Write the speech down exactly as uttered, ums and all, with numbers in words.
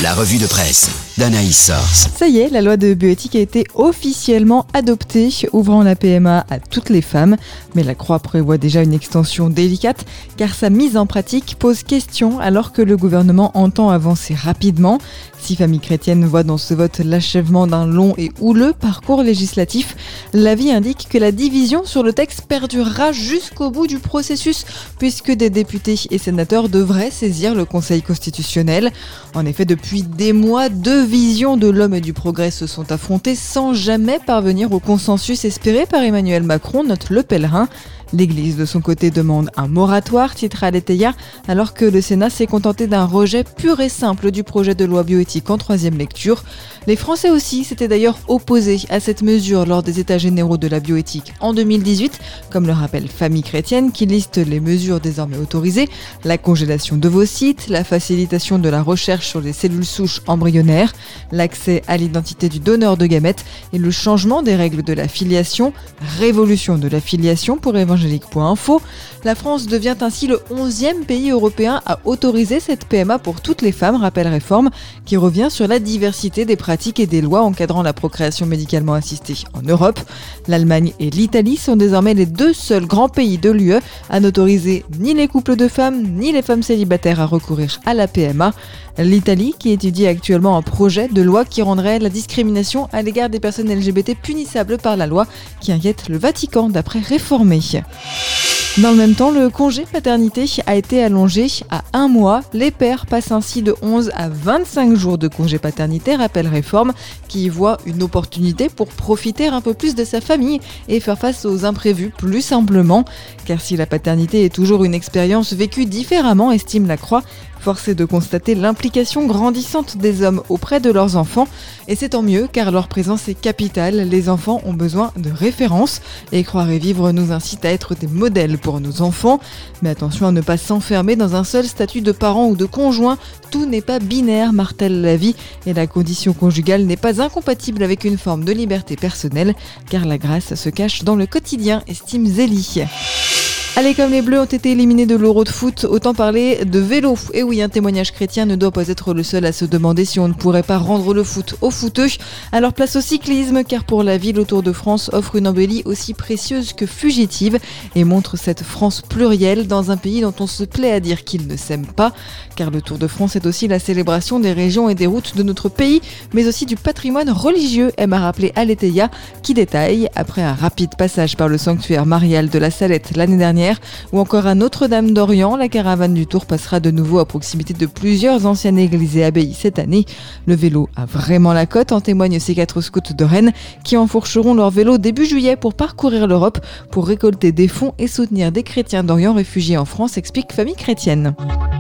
La revue de presse d'Anaïs Source. Ça y est, la loi de bioéthique a été officiellement adoptée, ouvrant la P M A à toutes les femmes. Mais la Croix prévoit déjà une extension délicate, car sa mise en pratique pose question alors que le gouvernement entend avancer rapidement. Si Famille Chrétienne voit dans ce vote l'achèvement d'un long et houleux parcours législatif, l'avis indique que la division sur le texte perdurera jusqu'au bout du processus, puisque des députés et sénateurs devraient saisir le Conseil constitutionnel. En effet, depuis des mois, deux visions de l'homme et du progrès se sont affrontées sans jamais parvenir au consensus espéré par Emmanuel Macron, note Le Pèlerin. L'Église, de son côté, demande un moratoire, titre Aletheia, alors que le Sénat s'est contenté d'un rejet pur et simple du projet de loi bioéthique en troisième lecture. Les Français aussi s'étaient d'ailleurs opposés à cette mesure lors des États généraux de la bioéthique en deux mille dix-huit, comme le rappelle Famille Chrétienne, qui liste les mesures désormais autorisées: la congélation d'ovocytes, la facilitation de la recherche sur les cellules souches embryonnaires, l'accès à l'identité du donneur de gamètes et le changement des règles de la filiation. Révolution de la filiation pour évangélique point info. La France devient ainsi le onzième pays européen à autoriser cette P M A pour toutes les femmes, rappelle Réforme, qui revient sur la diversité des pratiques et des lois encadrant la procréation médicalement assistée en Europe. L'Allemagne et l'Italie sont désormais les deux seuls grands pays de l'U E à n'autoriser ni les couples de femmes ni les femmes célibataires à recourir à la P M A. L'Italie qui étudie actuellement un projet de loi qui rendrait la discrimination à l'égard des personnes L G B T punissable par la loi, qui inquiète le Vatican d'après Réformé. Dans le même temps, le congé paternité a été allongé à un mois. Les pères passent ainsi de onze à vingt-cinq jours de congé paternité, rappelle Réforme, qui y voit une opportunité pour profiter un peu plus de sa famille et faire face aux imprévus plus simplement. Car si la paternité est toujours une expérience vécue différemment, estime la Croix, force est de constater l'implication grandissante des hommes auprès de leurs enfants. Et c'est tant mieux, car leur présence est capitale. Les enfants ont besoin de références. Et Croire et Vivre nous incite à être des modèles pour nos enfants. Mais attention à ne pas s'enfermer dans un seul statut de parent ou de conjoint. Tout n'est pas binaire, martèle la vie. Et la condition conjugale n'est pas incompatible avec une forme de liberté personnelle. Car la grâce se cache dans le quotidien, estime Zélie. Allez, comme les Bleus ont été éliminés de l'Euro de foot, autant parler de vélo. Et oui, un témoignage chrétien ne doit pas être le seul à se demander si on ne pourrait pas rendre le foot aux footeux. Alors place au cyclisme, car pour la vie, le Tour de France offre une embellie aussi précieuse que fugitive et montre cette France plurielle dans un pays dont on se plaît à dire qu'il ne s'aime pas. Car le Tour de France est aussi la célébration des régions et des routes de notre pays, mais aussi du patrimoine religieux, aime à rappeler Aletheia, qui détaille, après un rapide passage par le sanctuaire marial de la Salette l'année dernière, ou encore à Notre-Dame d'Orient, la caravane du Tour passera de nouveau à proximité de plusieurs anciennes églises et abbayes cette année. Le vélo a vraiment la cote, en témoignent ces quatre scouts de Rennes qui enfourcheront leur vélo début juillet pour parcourir l'Europe, pour récolter des fonds et soutenir des chrétiens d'Orient réfugiés en France, explique Famille Chrétienne.